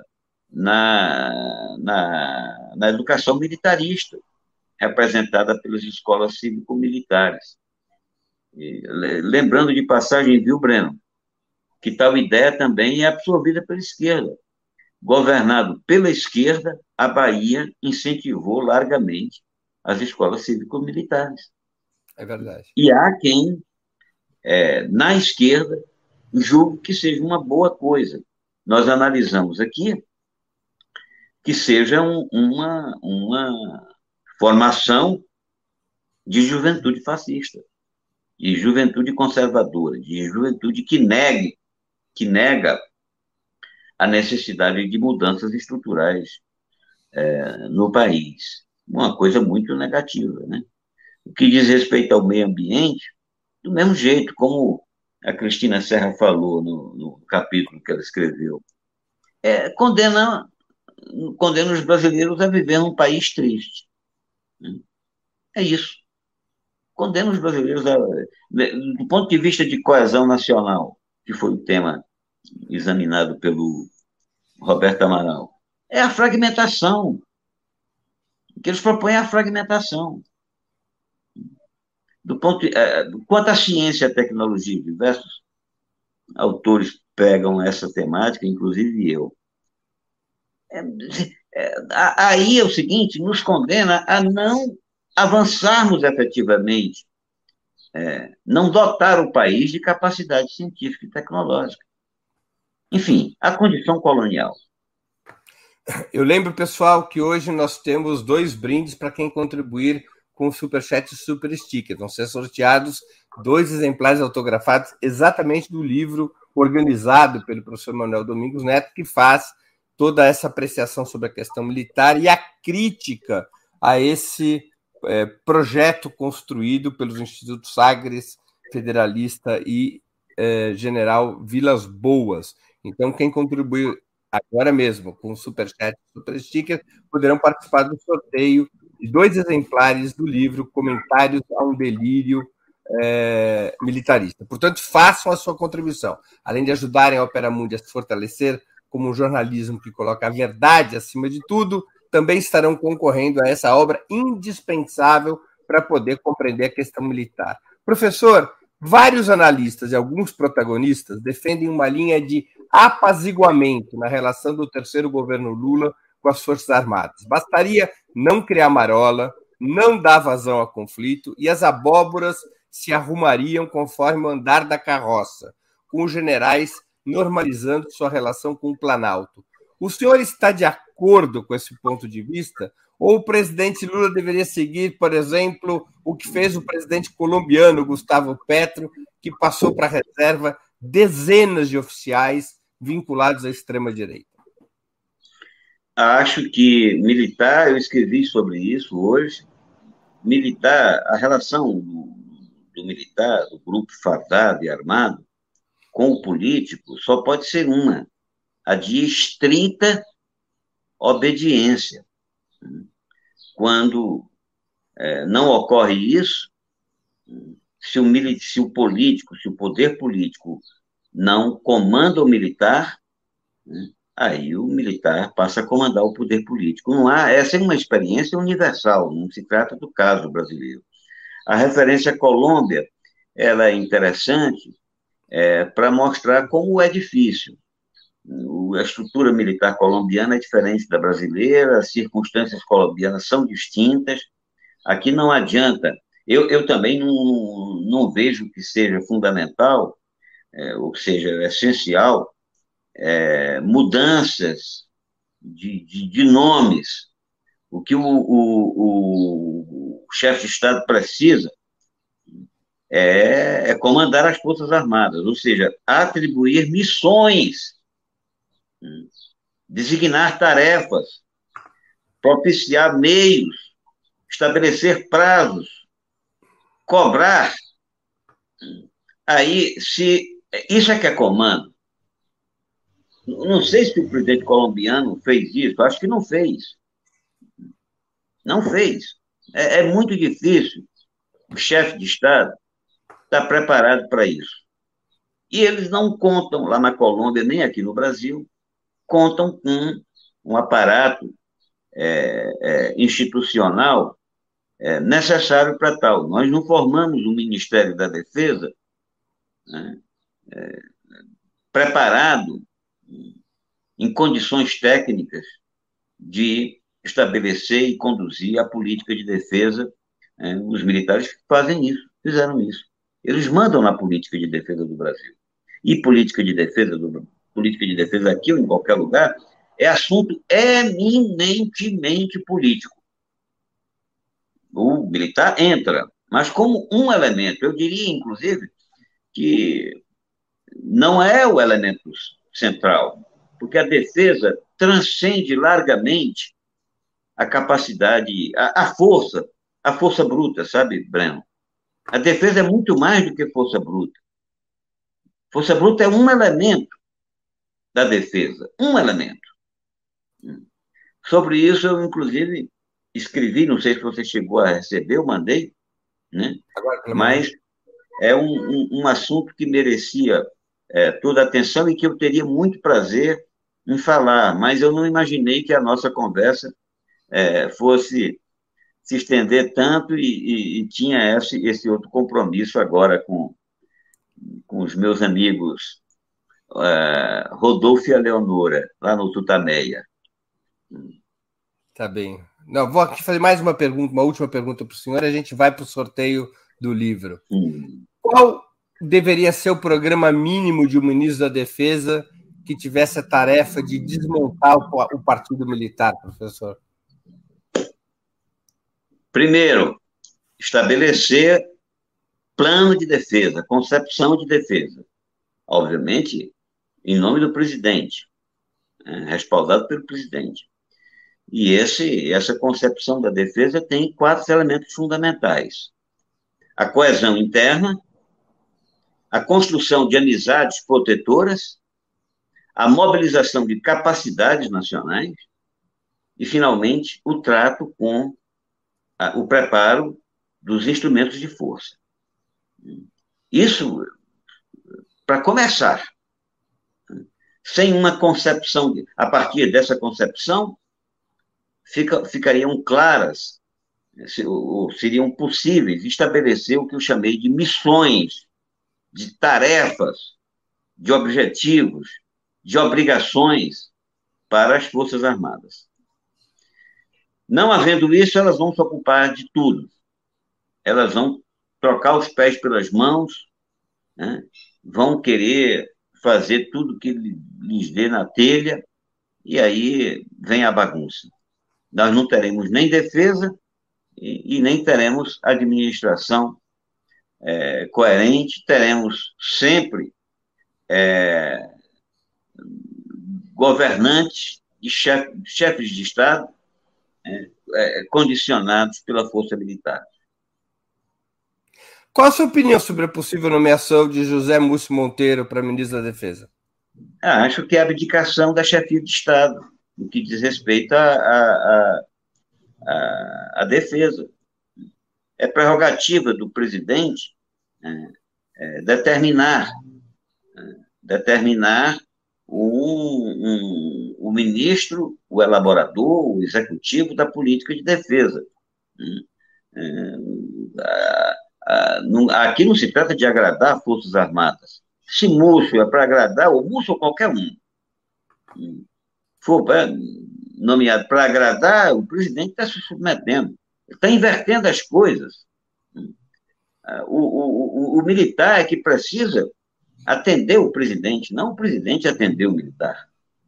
na, na, na educação militarista, representada pelas escolas cívico-militares. E, lembrando de passagem, viu, Breno, que tal ideia também é absorvida pela esquerda. Governado pela esquerda, a Bahia incentivou largamente as escolas cívico-militares. É verdade. E há quem, é, na esquerda, julgue que seja uma boa coisa. Nós analisamos aqui que seja um, uma, uma formação de juventude fascista, de juventude conservadora, de juventude que negue, que nega a necessidade de mudanças estruturais é, no país. Uma coisa muito negativa, né? O que diz respeito ao meio ambiente, do mesmo jeito, como a Cristina Serra falou no, no capítulo que ela escreveu, é, condena, condena os brasileiros a viver num país triste. Né? É isso. Condena os brasileiros a... Do ponto de vista de coesão nacional, que foi o tema examinado pelo Roberto Amaral, é a fragmentação. O que eles propõem é a fragmentação. Do ponto, é, quanto à ciência e à tecnologia, diversos autores pegam essa temática, inclusive eu. É, é, aí é o seguinte, nos condena a não avançarmos efetivamente, é, não dotar o país de capacidade científica e tecnológica. Enfim, a condição colonial. Eu lembro, pessoal, que hoje nós temos dois brindes para quem contribuir com o Superchat e Super Sticker. Vão ser sorteados dois exemplares autografados exatamente do livro organizado pelo professor Manuel Domingos Neto, que faz toda essa apreciação sobre a questão militar e a crítica a esse é, projeto construído pelos Institutos Sagres, Federalista e é, General Vilas Boas. Então, quem contribuiu agora mesmo com o Superchat e Super Sticker poderão participar do sorteio de dois exemplares do livro Comentários a um Delírio é, militarista. Portanto, façam a sua contribuição. Além de ajudarem a Opera Mundi a se fortalecer como um jornalismo que coloca a verdade acima de tudo, também estarão concorrendo a essa obra indispensável para poder compreender a questão militar. Professor, vários analistas e alguns protagonistas defendem uma linha de apaziguamento na relação do terceiro governo Lula com as Forças Armadas. Bastaria não criar marola, não dar vazão a conflito e as abóboras se arrumariam conforme o andar da carroça, com os generais normalizando sua relação com o Planalto. O senhor está de acordo com esse ponto de vista? Ou o presidente Lula deveria seguir, por exemplo, o que fez o presidente colombiano, Gustavo Petro, que passou para a reserva dezenas de oficiais vinculados à extrema-direita? Acho que militar, eu escrevi sobre isso hoje, militar, a relação do, do militar, do grupo fardado e armado, com o político, só pode ser uma, a de estrita obediência. Quando é, não ocorre isso, se o, se o político, se o poder político não comanda o militar, né, aí o militar passa a comandar o poder político. Não há, essa é uma experiência universal, não se trata do caso brasileiro. A referência à Colômbia, ela é interessante é, para mostrar como é difícil. A estrutura militar colombiana é diferente da brasileira, as circunstâncias colombianas são distintas. Aqui não adianta. Eu, eu também não, não vejo que seja fundamental, é, ou que seja essencial, é, mudanças de, de, de nomes. O que o, o, o chefe de Estado precisa é, é comandar as Forças Armadas, ou seja, atribuir missões, designar tarefas, propiciar meios, estabelecer prazos, cobrar. Aí, se isso é que é comando. Não sei se o presidente colombiano fez isso, acho que não fez. Não fez. É, é muito difícil o chefe de Estado estar preparado para isso. E eles não contam lá na Colômbia, nem aqui no Brasil, contam com um aparato é, é, institucional é, necessário para tal. Nós não formamos um Ministério da Defesa, né, é, preparado em condições técnicas de estabelecer e conduzir a política de defesa. É, os militares fazem isso, fizeram isso. Eles mandam na política de defesa do Brasil. E política de defesa do política de defesa aqui ou em qualquer lugar, é assunto eminentemente político. O militar entra, mas como um elemento, eu diria, inclusive, que não é o elemento central, porque a defesa transcende largamente a capacidade, a, a força, a força bruta, sabe, Breno? A defesa é muito mais do que força bruta. Força bruta é um elemento da defesa, um elemento. Sobre isso, eu, inclusive, escrevi, não sei se você chegou a receber, eu mandei, né? Mas é um, um, um assunto que merecia é, toda a atenção e que eu teria muito prazer em falar, mas eu não imaginei que a nossa conversa é, fosse se estender tanto e, e, e tinha esse, esse outro compromisso agora com, com os meus amigos Uh, Rodolfo e a Leonora, lá no Tutameia. Tá bem. Não, vou aqui fazer mais uma pergunta, uma última pergunta para o senhor, e a gente vai para o sorteio do livro. Hum. Qual deveria ser o programa mínimo de um ministro da Defesa que tivesse a tarefa de desmontar o, o partido militar, professor? Primeiro, estabelecer plano de defesa, concepção de defesa. Obviamente, em nome do presidente, né, respaldado pelo presidente. E esse, essa concepção da defesa tem quatro elementos fundamentais. A coesão interna, a construção de amizades protetoras, a mobilização de capacidades nacionais e, finalmente, o trato com a, o preparo dos instrumentos de força. Isso, para começar, sem uma concepção, a partir dessa concepção, fica, ficariam claras, ou seriam possíveis estabelecer o que eu chamei de missões, de tarefas, de objetivos, de obrigações para as Forças Armadas. Não havendo isso, elas vão se ocupar de tudo. Elas vão trocar os pés pelas mãos, né? Vão querer fazer tudo que lhes dê na telha, e aí vem a bagunça. Nós não teremos nem defesa e, e nem teremos administração é, coerente, teremos sempre é, governantes e chef, chefes de Estado é, é, condicionados pela força militar. Qual a sua opinião sobre a possível nomeação de José Múcio Monteiro para ministro da Defesa? Ah, acho que é a abdicação da chefia de Estado, no que diz respeito à a, a, a, a defesa. É prerrogativa do presidente é, é, determinar, é, determinar um, um, o ministro, o elaborador, o executivo da política de defesa. É, a, a, não, aqui não se trata de agradar as Forças Armadas. Se Múcio é para agradar, ou Múcio ou qualquer um, for pra, nomeado para agradar, o presidente está se submetendo, está invertendo as coisas. O, o, o, o militar é que precisa atender o presidente, não o presidente atender o militar.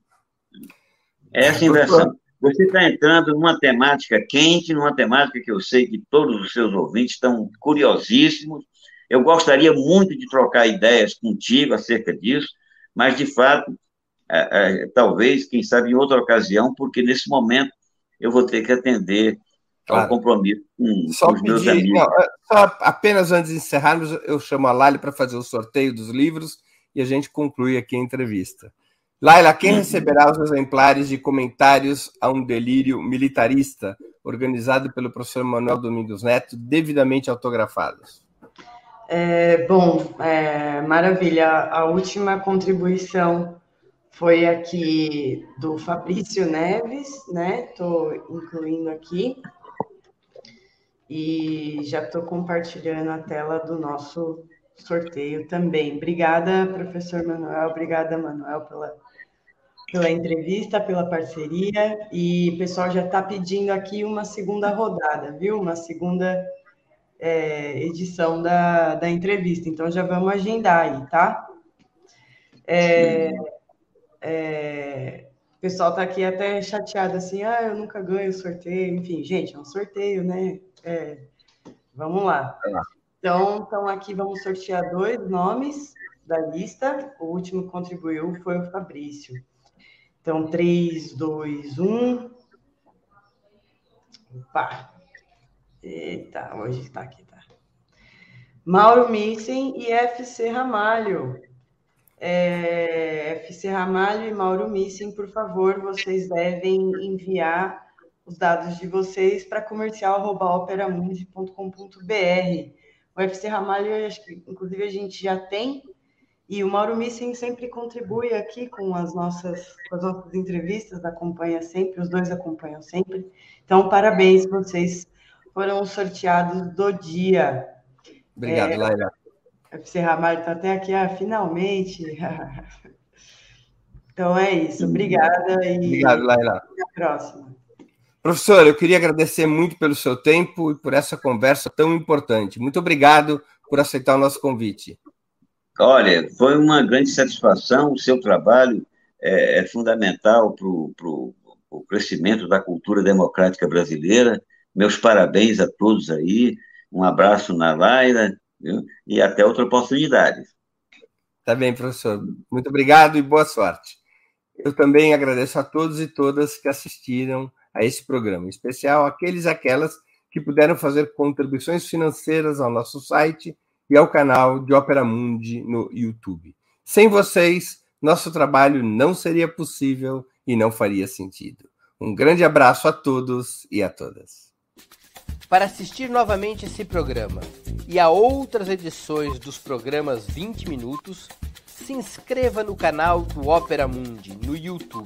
É essa inversão. Você está entrando numa temática quente, numa temática que eu sei que todos os seus ouvintes estão curiosíssimos. Eu gostaria muito de trocar ideias contigo acerca disso, mas, de fato, é, é, talvez, quem sabe, em outra ocasião, porque, nesse momento, eu vou ter que atender ao claro. compromisso com, só com os pedir, meus amigos. Não, só apenas antes de encerrarmos, eu chamo a Lali para fazer o sorteio dos livros e a gente conclui aqui a entrevista. Laila, quem receberá os exemplares de Comentários a um Delírio Militarista, organizado pelo professor Manuel Domingos Neto, devidamente autografados? É, bom, é, maravilha. A última contribuição foi aqui do Fabrício Neves, né? Estou incluindo aqui. E já estou compartilhando a tela do nosso sorteio também. Obrigada, professor Manuel. Obrigada, Manuel, pela, pela entrevista, pela parceria. E o pessoal já está pedindo aqui uma segunda rodada, viu? Uma segunda é, edição da, da entrevista. Então, já vamos agendar aí, tá? É, é, o pessoal está aqui até chateado, assim, ah, eu nunca ganho sorteio. Enfim, gente, é um sorteio, né? É, vamos lá. Então, então, aqui vamos sortear dois nomes da lista. O último que contribuiu foi o Fabrício. Então, três, dois, um. Opa! Eita, hoje está aqui, tá? Mauro Missen e F C Ramalho. É, F C Ramalho e Mauro Missen, por favor, vocês devem enviar os dados de vocês para comercial arroba operamundi ponto com ponto br. O F C Ramalho, acho que, inclusive, a gente já tem, e o Mauro Missen sempre contribui aqui com as nossas, com as nossas entrevistas, acompanha sempre, os dois acompanham sempre. Então, parabéns, vocês foram sorteados do dia. Obrigado, é, Laila. O F C Ramalho está até aqui, ah, finalmente. Então, é isso. Obrigada. E Obrigado, Laila. Até a próxima. Professor, eu queria agradecer muito pelo seu tempo e por essa conversa tão importante. Muito obrigado por aceitar o nosso convite. Olha, foi uma grande satisfação. O seu trabalho é, é fundamental para o crescimento da cultura democrática brasileira. Meus parabéns a todos aí. Um abraço na Laila, viu? E até outra oportunidade. Tá bem, professor. Muito obrigado e boa sorte. Eu também agradeço a todos e todas que assistiram a esse programa, em especial aqueles e aquelas que puderam fazer contribuições financeiras ao nosso site e ao canal de Ópera Mundi no YouTube. Sem vocês, nosso trabalho não seria possível e não faria sentido. Um grande abraço a todos e a todas. Para assistir novamente esse programa e a outras edições dos programas vinte minutos, se inscreva no canal do Opera Mundi no YouTube.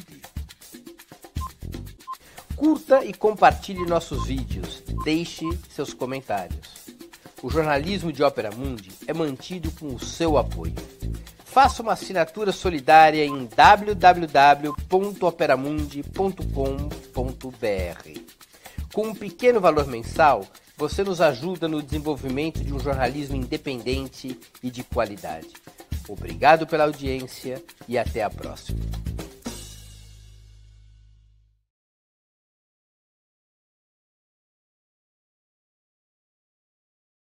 Curta e compartilhe nossos vídeos, deixe seus comentários. O jornalismo de Opera Mundi é mantido com o seu apoio. Faça uma assinatura solidária em w w w ponto operamundi ponto com ponto b r. Com um pequeno valor mensal, você nos ajuda no desenvolvimento de um jornalismo independente e de qualidade. Obrigado pela audiência e até a próxima.